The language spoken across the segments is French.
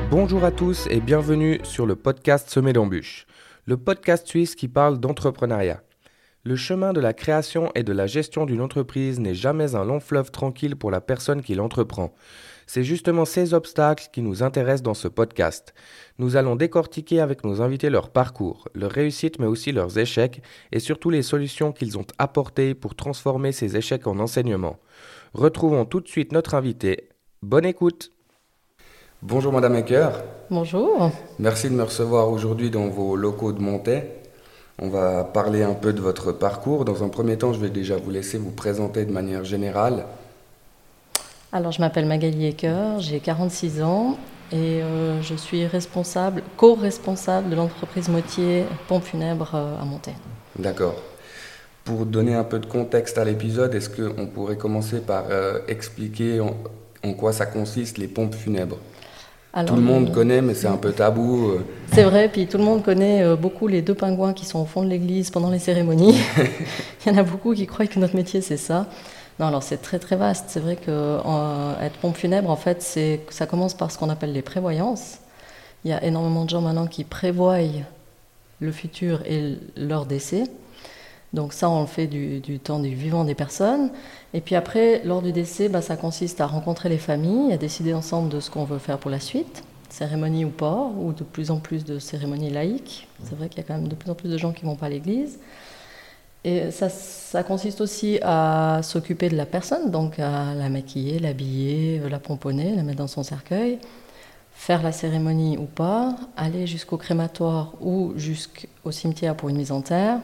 Bonjour à tous et bienvenue sur le podcast Semé d'embûches, le podcast suisse qui parle d'entrepreneuriat. Le chemin de la création et de la gestion d'une entreprise n'est jamais un long fleuve tranquille pour la personne qui l'entreprend. C'est justement ces obstacles qui nous intéressent dans ce podcast. Nous allons décortiquer avec nos invités leur parcours, leurs réussites mais aussi leurs échecs et surtout les solutions qu'ils ont apportées pour transformer ces échecs en enseignement. Retrouvons tout de suite notre invité. Bonne écoute! Bonjour Madame Ecker. Bonjour. Merci de me recevoir aujourd'hui dans vos locaux de Montet. On va parler un peu de votre parcours. Dans un premier temps, je vais déjà vous laisser vous présenter de manière générale. Alors, je m'appelle Magali Ecker, j'ai 46 ans et je suis co-responsable de l'entreprise Motier Pompes Funèbres à Montet. D'accord. Pour donner un peu de contexte à l'épisode, est-ce qu'on pourrait commencer par expliquer en quoi ça consiste, les pompes funèbres ? Alors, tout le monde connaît, mais c'est un peu tabou. C'est vrai, puis tout le monde connaît beaucoup les deux pingouins qui sont au fond de l'église pendant les cérémonies. Il y en a beaucoup qui croient que notre métier, c'est ça. Non, alors c'est très très vaste. C'est vrai qu'être pompe funèbre, en fait, ça commence par ce qu'on appelle les prévoyances. Il y a énormément de gens maintenant qui prévoient le futur et leur décès. Donc ça, on le fait du temps du vivant des personnes. Et puis après, lors du décès, ça consiste à rencontrer les familles, à décider ensemble de ce qu'on veut faire pour la suite, cérémonie ou pas, ou de plus en plus de cérémonies laïques. C'est vrai qu'il y a quand même de plus en plus de gens qui ne vont pas à l'église. Et ça consiste aussi à s'occuper de la personne, donc à la maquiller, l'habiller, la pomponner, la mettre dans son cercueil, faire la cérémonie ou pas, aller jusqu'au crématoire ou jusqu'au cimetière pour une mise en terre,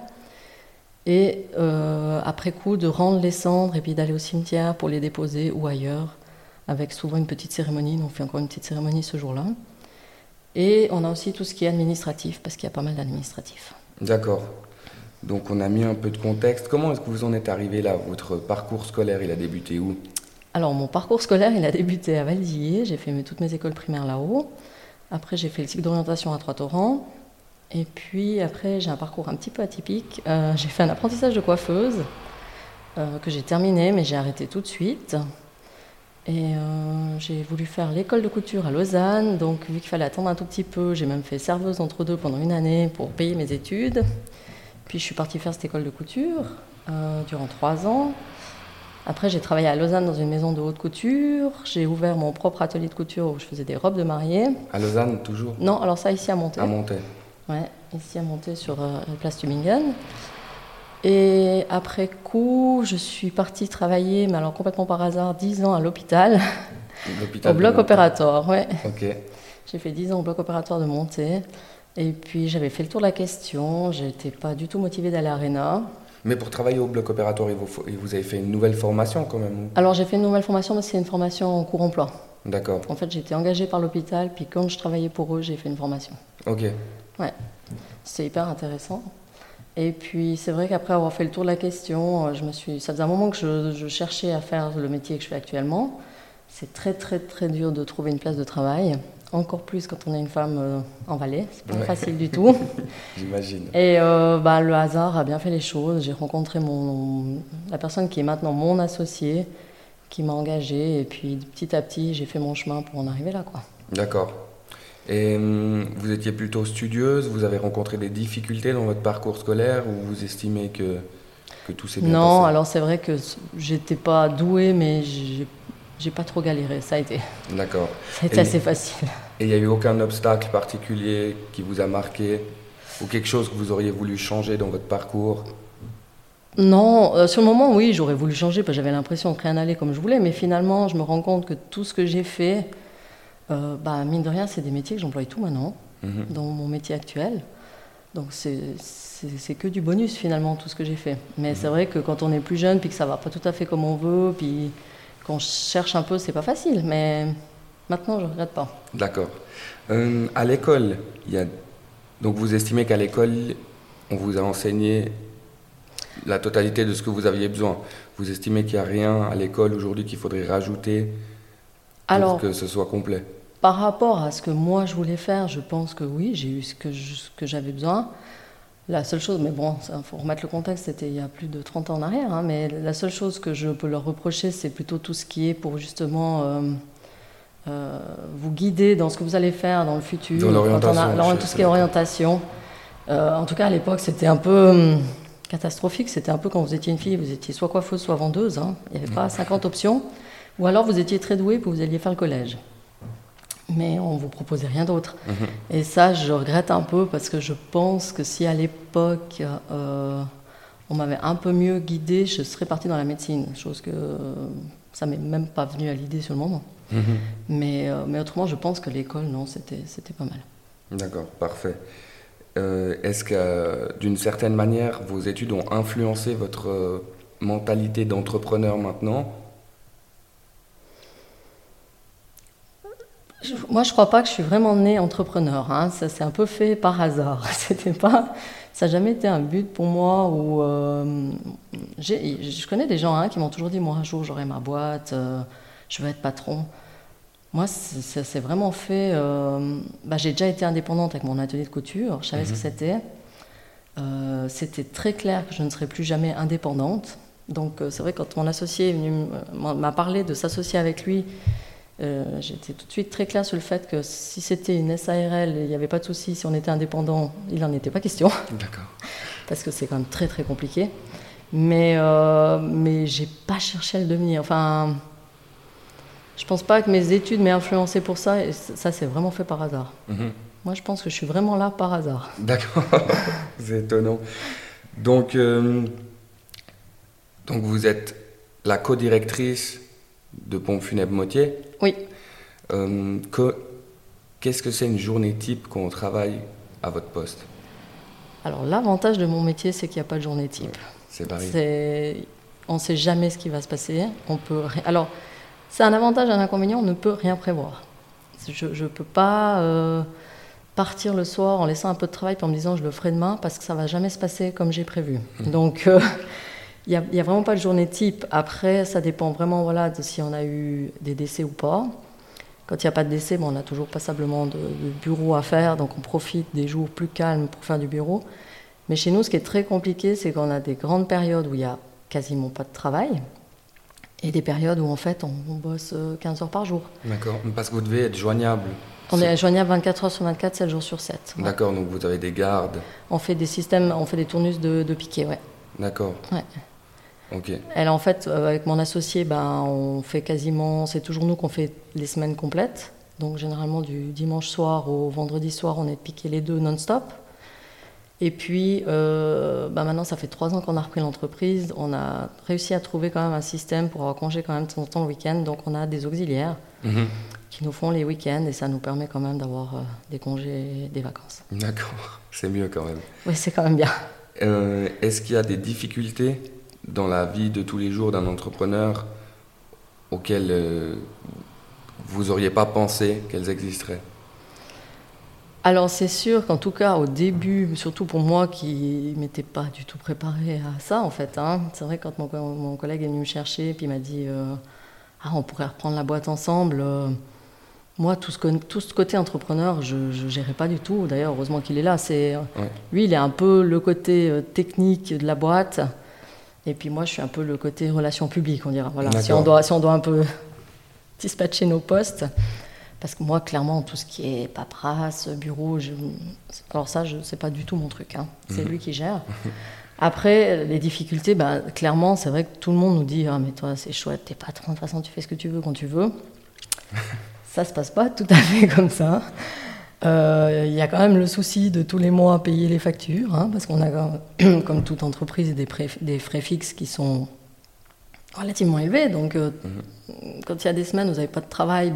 et après coup de rendre les cendres et puis d'aller au cimetière pour les déposer ou ailleurs, avec souvent une petite cérémonie. On fait encore une petite cérémonie ce jour-là. Et on a aussi tout ce qui est administratif, parce qu'il y a pas mal d'administratifs. D'accord. Donc on a mis un peu de contexte. Comment est-ce que vous en êtes arrivé là ? Votre parcours scolaire, il a débuté où ? Alors mon parcours scolaire, il a débuté à Valdilliers. J'ai fait toutes mes écoles primaires là-haut. Après, j'ai fait le cycle d'orientation à Trois-Torrents. Et puis après, j'ai un parcours un petit peu atypique. J'ai fait un apprentissage de coiffeuse que j'ai terminé, mais j'ai arrêté tout de suite. Et j'ai voulu faire l'école de couture à Lausanne. Donc vu qu'il fallait attendre un tout petit peu, j'ai même fait serveuse entre deux pendant une année pour payer mes études. Puis je suis partie faire cette école de couture durant 3 ans. Après, j'ai travaillé à Lausanne dans une maison de haute couture. J'ai ouvert mon propre atelier de couture où je faisais des robes de mariée. À Lausanne, toujours ? Non, alors ça, ici à Montet. À Montet. Ouais, ici à Montet sur la place Tübingen. Et après coup, je suis partie travailler, mais alors complètement par hasard, 10 ans à l'hôpital. Au bloc opératoire, ouais. Ok. J'ai fait 10 ans au bloc opératoire de Montet. Et puis j'avais fait le tour de la question, j'étais pas du tout motivée d'aller à l'ARENA. Mais pour travailler au bloc opératoire, vous avez fait une nouvelle formation quand même ? Alors j'ai fait une nouvelle formation, mais c'est une formation en cours emploi. D'accord. En fait, j'ai été engagée par l'hôpital, puis quand je travaillais pour eux, j'ai fait une formation. Ok. Ouais, c'était hyper intéressant. Et puis c'est vrai qu'après avoir fait le tour de la question, ça faisait un moment que je cherchais à faire le métier que je fais actuellement. C'est très très très dur de trouver une place de travail. Encore plus quand on est une femme en Valais, c'est pas facile du tout. J'imagine. Et le hasard a bien fait les choses. J'ai rencontré la personne qui est maintenant mon associé, qui m'a engagée. Et puis petit à petit, j'ai fait mon chemin pour en arriver là, quoi. D'accord. Et vous étiez plutôt studieuse, vous avez rencontré des difficultés dans votre parcours scolaire ou vous estimez que tout s'est bien passé ? Non, alors c'est vrai que j'étais pas douée, mais j'ai pas trop galéré, ça a été. D'accord. Ça a été assez facile. Et il n'y a eu aucun obstacle particulier qui vous a marqué ou quelque chose que vous auriez voulu changer dans votre parcours ? Non, sur le moment, oui, j'aurais voulu changer parce que j'avais l'impression que rien n'allait comme je voulais, mais finalement, je me rends compte que tout ce que j'ai fait, mine de rien, c'est des métiers que j'emploie tout maintenant, dans mon métier actuel. Donc c'est que du bonus finalement, tout ce que j'ai fait. Mais c'est vrai que quand on est plus jeune, puis que ça va pas tout à fait comme on veut, puis qu'on cherche un peu, c'est pas facile, mais maintenant, je regrette pas. D'accord. À l'école, donc vous estimez qu'à l'école, on vous a enseigné la totalité de ce que vous aviez besoin. Vous estimez qu'il n'y a rien à l'école aujourd'hui qu'il faudrait rajouter pour que ce soit complet ? Par rapport à ce que moi je voulais faire, je pense que oui, j'ai eu ce que j'avais besoin. La seule chose, mais bon, il faut remettre le contexte, c'était il y a plus de 30 ans en arrière, mais la seule chose que je peux leur reprocher, c'est plutôt tout ce qui est pour justement vous guider dans ce que vous allez faire dans le futur. Dans l'orientation. Tout ce qui est orientation. En tout cas, à l'époque, c'était un peu catastrophique. C'était un peu quand vous étiez une fille, vous étiez soit coiffeuse, soit vendeuse. Hein. Il n'y avait pas 50 options. Ou alors, vous étiez très douée, puis vous alliez faire le collège. Mais on ne vous proposait rien d'autre. Et ça, je regrette un peu, parce que je pense que si à l'époque, on m'avait un peu mieux guidée, je serais partie dans la médecine. Chose que ça ne m'est même pas venu à l'idée sur le moment. Mais autrement, je pense que l'école, non, c'était pas mal. D'accord, parfait. Est-ce que, d'une certaine manière, vos études ont influencé votre mentalité d'entrepreneur maintenant ? Moi, je ne crois pas que je suis vraiment née entrepreneur. Hein. Ça s'est un peu fait par hasard. Ça n'a jamais été un but pour moi. Je connais des gens qui m'ont toujours dit, moi, un jour, j'aurai ma boîte, je veux être patron. Moi, ça s'est vraiment fait... j'ai déjà été indépendante avec mon atelier de couture. Je savais ce que c'était. C'était très clair que je ne serais plus jamais indépendante. Donc, c'est vrai, quand mon associé m'a parlé de s'associer avec lui, j'étais tout de suite très claire sur le fait que si c'était une SARL, il n'y avait pas de souci. Si on était indépendant, il n'en était pas question. D'accord. Parce que c'est quand même très, très compliqué. Mais je n'ai pas cherché à le devenir. Enfin... Je pense pas que mes études m'aient influencé pour ça, et ça c'est vraiment fait par hasard. Moi je pense que je suis vraiment là par hasard. D'accord, c'est étonnant. Donc vous êtes la co-directrice de Pompes Funèbres Mottier. Oui. Qu'est-ce que c'est une journée type quand on travaille à votre poste ? Alors l'avantage de mon métier, c'est qu'il n'y a pas de journée type. Ouais, c'est varié. On ne sait jamais ce qui va se passer. Alors, c'est un avantage et un inconvénient, on ne peut rien prévoir. Je ne peux pas partir le soir en laissant un peu de travail en me disant je le ferai demain, parce que ça ne va jamais se passer comme j'ai prévu. Donc, il n'y a vraiment pas de journée type. Après, ça dépend vraiment de si on a eu des décès ou pas. Quand il n'y a pas de décès, on a toujours passablement de bureau à faire, donc on profite des jours plus calmes pour faire du bureau. Mais chez nous, ce qui est très compliqué, c'est qu'on a des grandes périodes où il n'y a quasiment pas de travail. Et des périodes où, en fait, on bosse 15 heures par jour. D'accord, parce que vous devez être joignable. On est joignable 24 heures sur 24, 7 jours sur 7. Ouais. D'accord, donc vous avez des gardes. On fait des systèmes, on fait des tournus de piquets, ouais. D'accord. Ouais. Ok. Elle, en fait, avec mon associé, on fait quasiment... C'est toujours nous qu'on fait les semaines complètes. Donc, généralement, du dimanche soir au vendredi soir, on est piqués les deux non-stop. Et puis, maintenant, ça fait 3 ans qu'on a repris l'entreprise. On a réussi à trouver quand même un système pour avoir congé quand même de temps en temps le week-end. Donc, on a des auxiliaires qui nous font les week-ends et ça nous permet quand même d'avoir des congés et des vacances. D'accord, c'est mieux quand même. Oui, c'est quand même bien. Est-ce qu'il y a des difficultés dans la vie de tous les jours d'un entrepreneur auxquelles vous n'auriez pas pensé qu'elles existeraient ? Alors c'est sûr qu'en tout cas au début, surtout pour moi qui ne m'étais pas du tout préparée à ça en fait. C'est vrai quand mon collègue est venu me chercher et puis il m'a dit on pourrait reprendre la boîte ensemble. Moi tout ce côté entrepreneur je ne gérais pas du tout. D'ailleurs heureusement qu'il est là. Lui il est un peu le côté technique de la boîte et puis moi je suis un peu le côté relations publiques on dira. Voilà. Si on doit un peu dispatcher nos postes. Parce que moi, clairement, tout ce qui est paperasse, bureau, alors ça, c'est pas du tout mon truc. C'est lui qui gère. Après, les difficultés, clairement, c'est vrai que tout le monde nous dit « Ah, mais toi, c'est chouette, t'es patron, de toute façon, tu fais ce que tu veux quand tu veux. » Ça se passe pas tout à fait comme ça. Il y a quand même le souci de tous les mois payer les factures, parce qu'on a, comme toute entreprise, des frais fixes qui sont relativement élevés. Donc, quand il y a des semaines où vous n'avez pas de travail,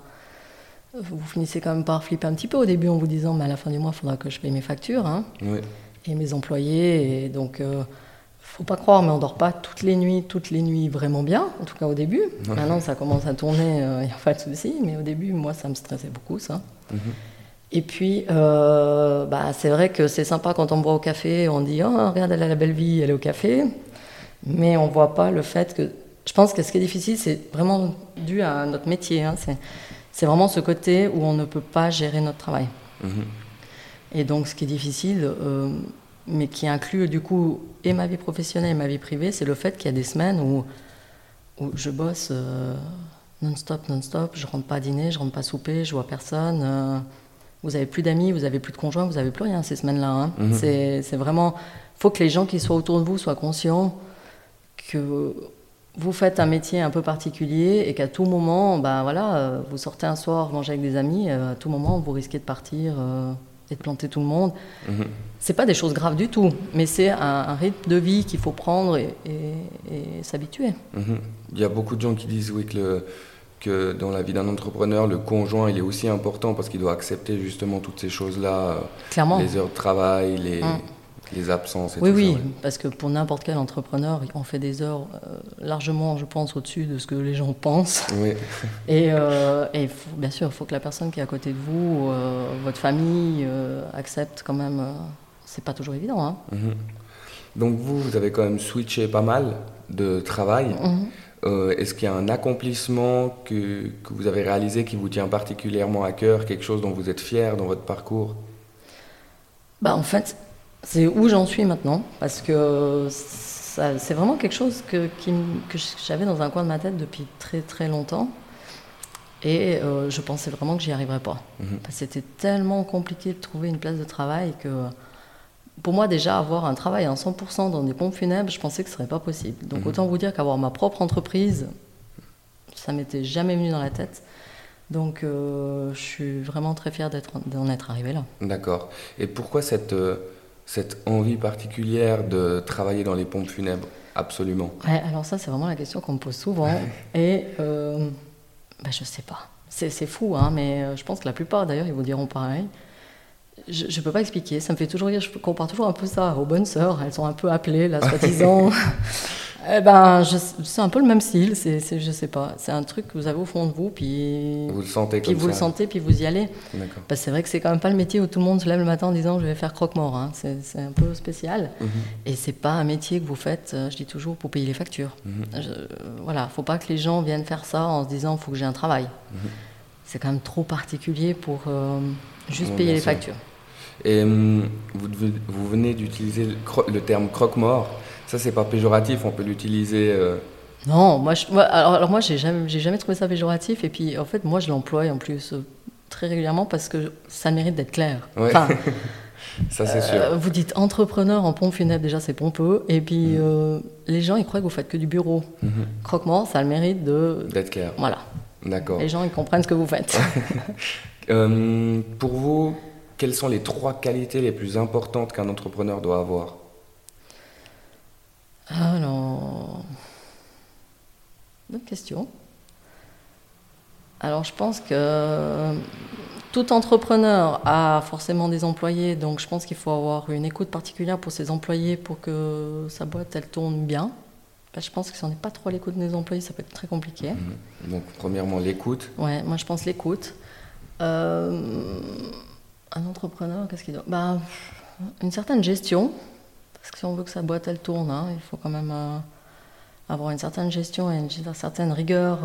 vous finissez quand même par flipper un petit peu au début en vous disant mais à la fin du mois, il faudra que je paye mes factures et mes employés. Et donc, faut pas croire, mais on dort pas toutes les nuits vraiment bien, en tout cas au début. Maintenant, ça commence à tourner, il n'y a pas de souci, mais au début, moi, ça me stressait beaucoup, ça. Et puis, c'est vrai que c'est sympa quand on boit au café, on dit « Oh, regarde, elle a la belle vie, elle est au café », mais on voit pas le fait que... Je pense que ce qui est difficile, c'est vraiment dû à notre métier, c'est vraiment ce côté où on ne peut pas gérer notre travail. Et donc, ce qui est difficile, mais qui inclut du coup et ma vie professionnelle et ma vie privée, c'est le fait qu'il y a des semaines où je bosse non-stop, je rentre pas dîner, je rentre pas souper, je vois personne. Vous avez plus d'amis, vous avez plus de conjoints, vous avez plus rien ces semaines-là. Hein. C'est vraiment... Il faut que les gens qui soient autour de vous soient conscients que vous faites un métier un peu particulier et qu'à tout moment, vous sortez un soir manger avec des amis, à tout moment, vous risquez de partir et de planter tout le monde. C'est pas des choses graves du tout, mais c'est un rythme de vie qu'il faut prendre et s'habituer. Il y a beaucoup de gens qui disent que dans la vie d'un entrepreneur, le conjoint il est aussi important parce qu'il doit accepter justement toutes ces choses-là, Clairement. Les heures de travail, les absences et tout ça. Oui, parce que pour n'importe quel entrepreneur, on fait des heures largement, je pense, au-dessus de ce que les gens pensent. Oui. Et bien sûr, il faut que la personne qui est à côté de vous, votre famille, accepte quand même. C'est pas toujours évident. Hein. Donc vous avez quand même switché pas mal de travail. Est-ce qu'il y a un accomplissement que vous avez réalisé qui vous tient particulièrement à cœur, quelque chose dont vous êtes fier dans votre parcours? En fait, c'est où j'en suis maintenant, parce que c'est vraiment quelque chose que j'avais dans un coin de ma tête depuis très très longtemps. Et je pensais vraiment que j'y arriverais pas. Parce que c'était tellement compliqué de trouver une place de travail que... Pour moi, déjà, avoir un travail à 100% dans des pompes funèbres, je pensais que ce serait pas possible. Donc, autant vous dire qu'avoir ma propre entreprise, ça m'était jamais venu dans la tête. Donc, je suis vraiment très fière d'en être arrivée là. D'accord. Et pourquoi cette envie particulière de travailler dans les pompes funèbres, absolument? Ouais, alors ça, c'est vraiment la question qu'on me pose souvent. Et je sais pas. C'est fou, hein, mais je pense que la plupart, d'ailleurs, ils vous diront pareil. Je ne peux pas expliquer, ça me fait toujours rire, je compare toujours un peu ça aux bonnes sœurs, elles sont un peu appelées, là, soi-disant. C'est un peu le même style, je sais pas, c'est un truc que vous avez au fond de vous, puis vous le sentez puis comme vous ça. le sentez, puis vous y allez. D'accord. Parce que c'est vrai que c'est quand même pas le métier où tout le monde se lève le matin en disant je vais faire croque-mort, hein. C'est un peu spécial. Et c'est pas un métier que vous faites, je dis toujours, pour payer les factures. Voilà, faut pas que les gens viennent faire ça en se disant faut que j'ai un travail. C'est quand même trop particulier pour juste payer les factures. Et vous venez d'utiliser le terme croque-mort. Ça, c'est pas péjoratif, on peut l'utiliser... Non, moi, j'ai jamais trouvé ça péjoratif. Et puis, en fait, moi, je l'emploie en plus très régulièrement parce que ça mérite d'être clair. Ouais. Enfin, ça, c'est sûr. Vous dites entrepreneur en pompe funèbre, déjà, c'est pompeux. Et puis, les gens, ils croient que vous faites que du bureau. Croque-mort, ça a le mérite d'être clair. Voilà. D'accord. Les gens, ils comprennent ce que vous faites. Pour vous, quelles sont les 3 qualités les plus importantes qu'un entrepreneur doit avoir? Alors, bonne question. Alors, je pense que tout entrepreneur a forcément des employés, donc je pense qu'il faut avoir une écoute particulière pour ses employés pour que sa boîte, elle tourne bien. Je pense que si on n'est pas trop à l'écoute des employés, ça peut être très compliqué. Donc, premièrement, l'écoute. Ouais, moi, je pense l'écoute. Un entrepreneur, qu'est-ce qu'il doit... une certaine gestion. Parce que si on veut que sa boîte, elle tourne, hein, il faut quand même avoir une certaine gestion et une certaine rigueur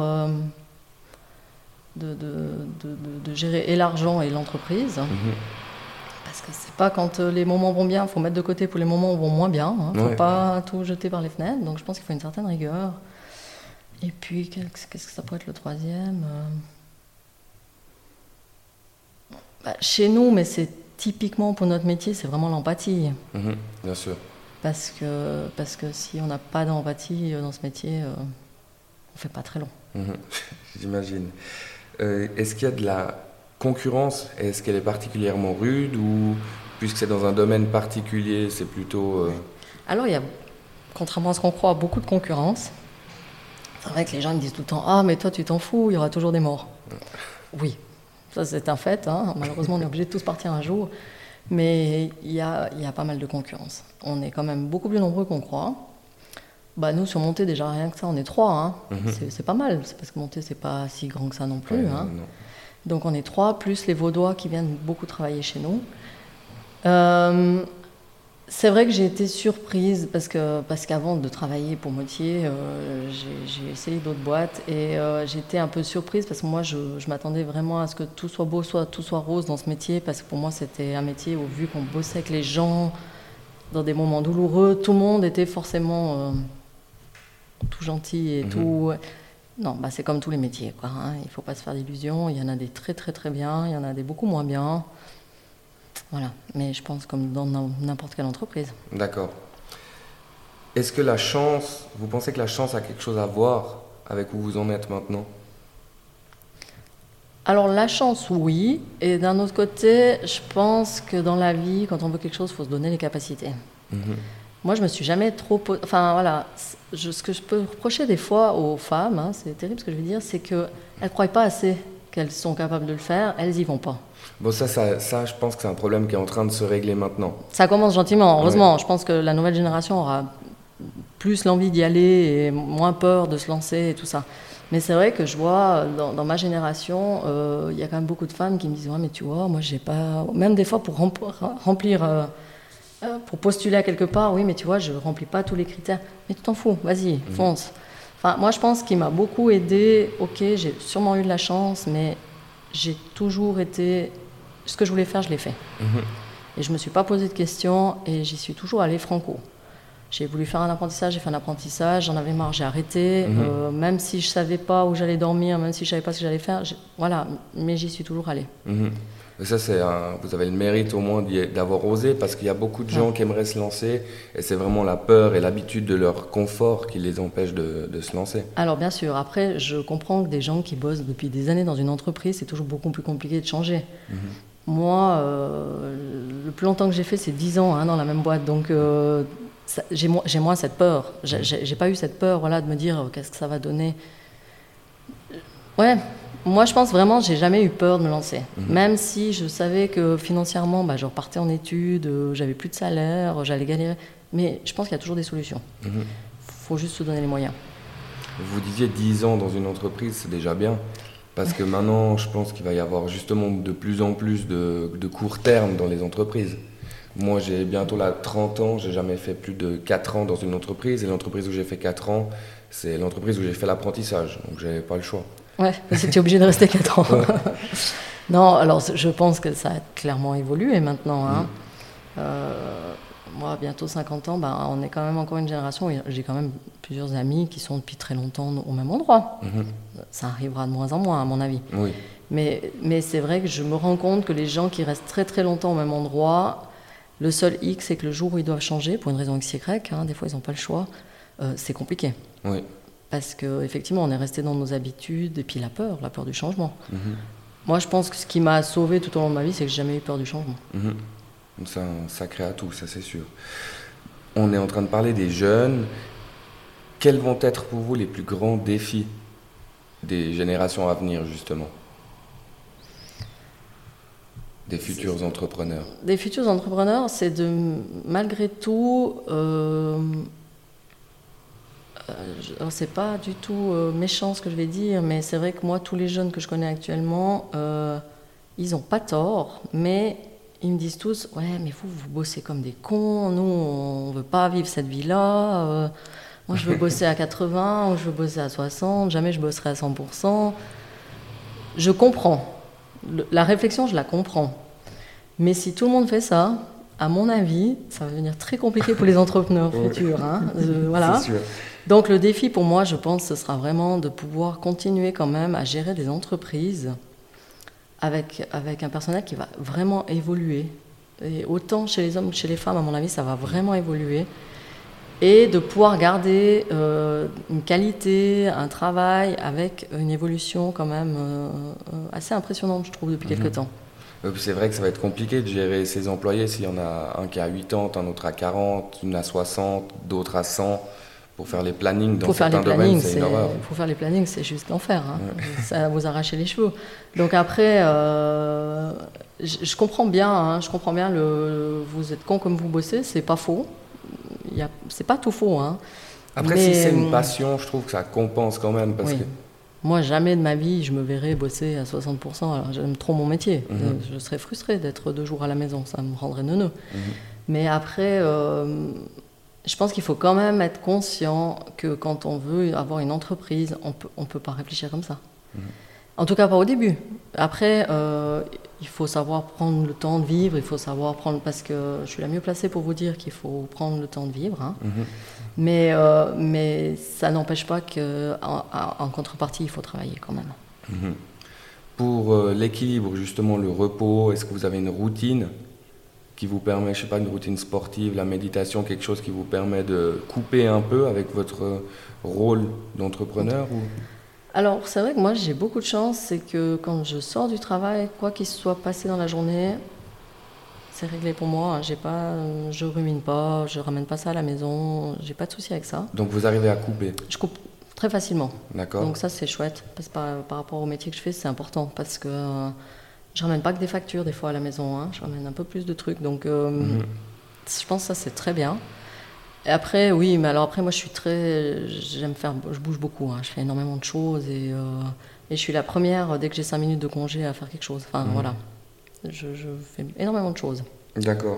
de gérer et l'argent et l'entreprise. Parce que c'est pas quand les moments vont bien, il faut mettre de côté pour les moments où vont moins bien. Il ne faut pas tout jeter par les fenêtres. Donc je pense qu'il faut une certaine rigueur. Et puis, qu'est-ce que ça pourrait être le troisième? Chez nous, mais c'est typiquement pour notre métier, c'est vraiment l'empathie. Bien sûr. Parce que si on n'a pas d'empathie dans ce métier, on ne fait pas très long. J'imagine. Est-ce qu'il y a de la concurrence? Est-ce qu'elle est particulièrement rude ou puisque c'est dans un domaine particulier, c'est plutôt... Alors, il y a, contrairement à ce qu'on croit, beaucoup de concurrence. C'est vrai que les gens me disent tout le temps « Ah, mais toi, tu t'en fous, il y aura toujours des morts. » Oui, ça c'est un fait. Hein. Malheureusement, on est obligé de tous partir un jour. Mais il y a pas mal de concurrence. On est quand même beaucoup plus nombreux qu'on croit. Nous, sur Monté, déjà, rien que ça, on est 3. Hein. C'est pas mal. C'est parce que Monté, c'est pas si grand que ça non plus. Hein. Non. Donc, on est 3, plus les Vaudois qui viennent beaucoup travailler chez nous. C'est vrai que j'ai été surprise parce qu'avant de travailler pour Motier, j'ai essayé d'autres boîtes et j'étais un peu surprise parce que moi, je m'attendais vraiment à ce que tout soit beau, tout soit rose dans ce métier parce que pour moi, c'était un métier où, vu qu'on bossait avec les gens dans des moments douloureux, tout le monde était forcément tout gentil et tout. Non, c'est comme tous les métiers, quoi, hein. Il ne faut pas se faire d'illusions. Il y en a des très très très bien, il y en a des beaucoup moins bien. Voilà, mais je pense comme dans n'importe quelle entreprise. D'accord. Est-ce que vous pensez que la chance a quelque chose à voir avec où vous en êtes maintenant? Alors la chance, oui. Et d'un autre côté, je pense que dans la vie, quand on veut quelque chose, il faut se donner les capacités. Moi, je me suis jamais trop... Enfin, voilà. Ce que je peux reprocher des fois aux femmes, hein, c'est terrible ce que je veux dire, c'est qu'elles ne croient pas assez qu'elles sont capables de le faire, elles n'y vont pas. Bon, ça, je pense que c'est un problème qui est en train de se régler maintenant. Ça commence gentiment, heureusement. Ouais. Je pense que la nouvelle génération aura plus l'envie d'y aller et moins peur de se lancer et tout ça. Mais c'est vrai que je vois, dans ma génération, il y a quand même beaucoup de femmes qui me disent « Ouais, mais tu vois, moi, j'ai pas... » Même des fois, pour remplir... pour postuler à quelque part, oui, mais tu vois, je ne remplis pas tous les critères. Mais tu t'en fous, vas-y, fonce. Enfin, moi, je pense qu'il m'a beaucoup aidé. Ok, j'ai sûrement eu de la chance, mais j'ai toujours été... Ce que je voulais faire, je l'ai fait. Et je ne me suis pas posé de questions et j'y suis toujours allée franco. J'ai voulu faire un apprentissage, j'ai fait un apprentissage, j'en avais marre, j'ai arrêté. Même si je ne savais pas où j'allais dormir, même si je ne savais pas ce que j'allais faire, voilà, mais j'y suis toujours allée. Et ça, vous avez le mérite au moins d'avoir osé, parce qu'il y a beaucoup de gens qui aimeraient se lancer, et c'est vraiment la peur et l'habitude de leur confort qui les empêche de se lancer. Alors bien sûr, après, je comprends que des gens qui bossent depuis des années dans une entreprise, c'est toujours beaucoup plus compliqué de changer. Moi, le plus longtemps que j'ai fait, c'est 10 ans dans la même boîte, donc j'ai moins cette peur. J'ai pas eu cette peur, voilà, de me dire qu'est-ce que ça va donner. Ouais. Moi, je pense vraiment, j'ai jamais eu peur de me lancer. Même si je savais que financièrement, je repartais en études, j'avais plus de salaire, j'allais galérer. Mais je pense qu'il y a toujours des solutions. Faut juste se donner les moyens. Vous disiez 10 ans dans une entreprise, c'est déjà bien. Parce que maintenant, je pense qu'il va y avoir justement de plus en plus de court terme dans les entreprises. Moi, j'ai bientôt 30 ans, j'ai jamais fait plus de 4 ans dans une entreprise. Et l'entreprise où j'ai fait 4 ans, c'est l'entreprise où j'ai fait l'apprentissage. Donc, j'avais pas le choix. Ouais, parce que tu es obligé de rester 4 ans. Ouais. Non, alors je pense que ça a clairement évolué maintenant. Moi, bientôt 50 ans, on est quand même encore une génération où j'ai quand même plusieurs amis qui sont depuis très longtemps au même endroit. Ça arrivera de moins en moins, à mon avis. Oui. Mais c'est vrai que je me rends compte que les gens qui restent très très longtemps au même endroit, le seul hic, c'est que le jour où ils doivent changer, pour une raison XY, des fois ils n'ont pas le choix, c'est compliqué. Oui. Parce qu'effectivement, on est resté dans nos habitudes, et puis la peur du changement. Moi, je pense que ce qui m'a sauvé tout au long de ma vie, c'est que j'ai jamais eu peur du changement. C'est un sacré atout, ça c'est sûr. On est en train de parler des jeunes. Quels vont être pour vous les plus grands défis des générations à venir, justement? Des futurs entrepreneurs. Des futurs entrepreneurs, c'est de, malgré tout... c'est pas du tout méchant ce que je vais dire, mais c'est vrai que moi, tous les jeunes que je connais actuellement, ils n'ont pas tort, mais ils me disent tous « Ouais, mais vous bossez comme des cons, nous, on ne veut pas vivre cette vie-là, moi je veux bosser à 80, ou je veux bosser à 60, jamais je bosserai à 100%. » Je comprends. La réflexion, je la comprends. Mais si tout le monde fait ça, à mon avis, ça va devenir très compliqué pour les entrepreneurs futurs. Voilà. C'est sûr. Donc le défi pour moi, je pense, ce sera vraiment de pouvoir continuer quand même à gérer des entreprises avec un personnel qui va vraiment évoluer. Et autant chez les hommes que chez les femmes, à mon avis, ça va vraiment évoluer. Et de pouvoir garder une qualité, un travail avec une évolution quand même assez impressionnante, je trouve, depuis quelques temps. C'est vrai que ça va être compliqué de gérer ses employés s'il y en a un qui a 80, un autre à 40, une à 60, d'autres à 100. Pour faire les plannings dans certains domaines, c'est une horreur. Pour faire les plannings, c'est juste l'enfer. Ça va vous arracher les cheveux. Donc après, je comprends bien. Je comprends bien vous êtes con comme vous bossez, c'est pas faux. C'est pas tout faux. Après, si c'est une passion, je trouve que ça compense quand même. Parce que... Moi, jamais de ma vie, je me verrais bosser à 60%. Alors, j'aime trop mon métier. Je serais frustrée d'être 2 jours à la maison. Ça me rendrait neuneux. Mais après... je pense qu'il faut quand même être conscient que quand on veut avoir une entreprise, on peut pas réfléchir comme ça. En tout cas, pas au début. Après, Il faut savoir prendre le temps de vivre, il faut savoir prendre, parce que je suis la mieux placée pour vous dire qu'il faut prendre le temps de vivre. Hein. Mais ça n'empêche pas qu'en contrepartie, il faut travailler quand même. Pour l'équilibre, justement, le repos, est-ce que vous avez une routine qui vous permet, je sais pas, une routine sportive, la méditation, quelque chose qui vous permet de couper un peu avec votre rôle d'entrepreneur ou... Alors, c'est vrai que moi, j'ai beaucoup de chance, c'est que quand je sors du travail, quoi qu'il se soit passé dans la journée, c'est réglé pour moi. Je rumine pas, je ramène pas ça à la maison, j'ai pas de souci avec ça. Donc vous arrivez à couper? Je coupe très facilement. D'accord. Donc ça, c'est chouette, parce que par rapport au métier que je fais, c'est important, parce que je ramène pas que des factures des fois à la maison, hein, je ramène un peu plus de trucs, donc je pense que ça, c'est très bien. Et après, oui, mais alors après, moi, je bouge beaucoup, hein, je fais énormément de choses et je suis la première, dès que j'ai 5 minutes de congé, à faire quelque chose. Enfin, voilà, je fais énormément de choses. D'accord.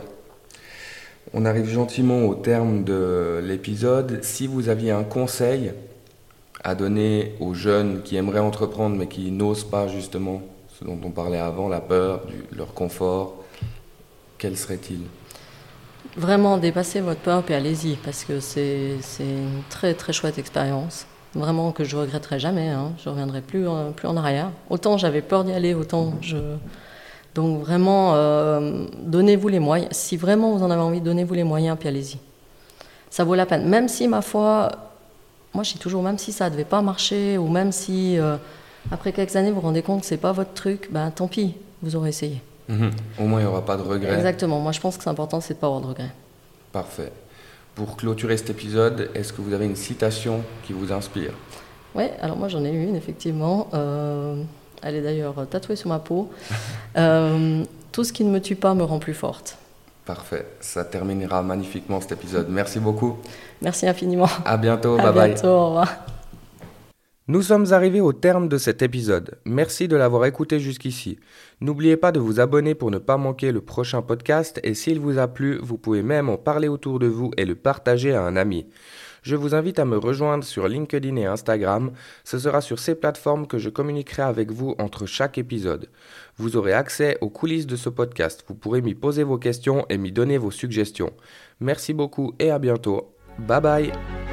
On arrive gentiment au terme de l'épisode. Si vous aviez un conseil à donner aux jeunes qui aimeraient entreprendre mais qui n'osent pas justement, ce dont on parlait avant, la peur, leur confort, quel serait-il ? Vraiment, dépassez votre peur et allez-y, parce que c'est une très très chouette expérience. Vraiment que je regretterai jamais, hein. Je ne reviendrai plus en arrière. Autant j'avais peur d'y aller, Donc vraiment, donnez-vous les moyens. Si vraiment vous en avez envie, donnez-vous les moyens, puis allez-y. Ça vaut la peine. Même si, ma foi, moi je dis toujours, même si ça ne devait pas marcher, ou même si après quelques années vous vous rendez compte que ce n'est pas votre truc, ben tant pis, vous aurez essayé. Au moins, il n'y aura pas de regrets. Exactement. Moi, je pense que c'est important, c'est de ne pas avoir de regrets. Parfait. Pour clôturer cet épisode, est-ce que vous avez une citation qui vous inspire ? Oui, alors moi, j'en ai une, effectivement. Elle est d'ailleurs tatouée sur ma peau. Tout ce qui ne me tue pas me rend plus forte. Parfait. Ça terminera magnifiquement cet épisode. Merci beaucoup. Merci infiniment. À bientôt. À bye bientôt, bye. Au revoir. Nous sommes arrivés au terme de cet épisode. Merci de l'avoir écouté jusqu'ici. N'oubliez pas de vous abonner pour ne pas manquer le prochain podcast et s'il vous a plu, vous pouvez même en parler autour de vous et le partager à un ami. Je vous invite à me rejoindre sur LinkedIn et Instagram. Ce sera sur ces plateformes que je communiquerai avec vous entre chaque épisode. Vous aurez accès aux coulisses de ce podcast. Vous pourrez m'y poser vos questions et m'y donner vos suggestions. Merci beaucoup et à bientôt. Bye bye.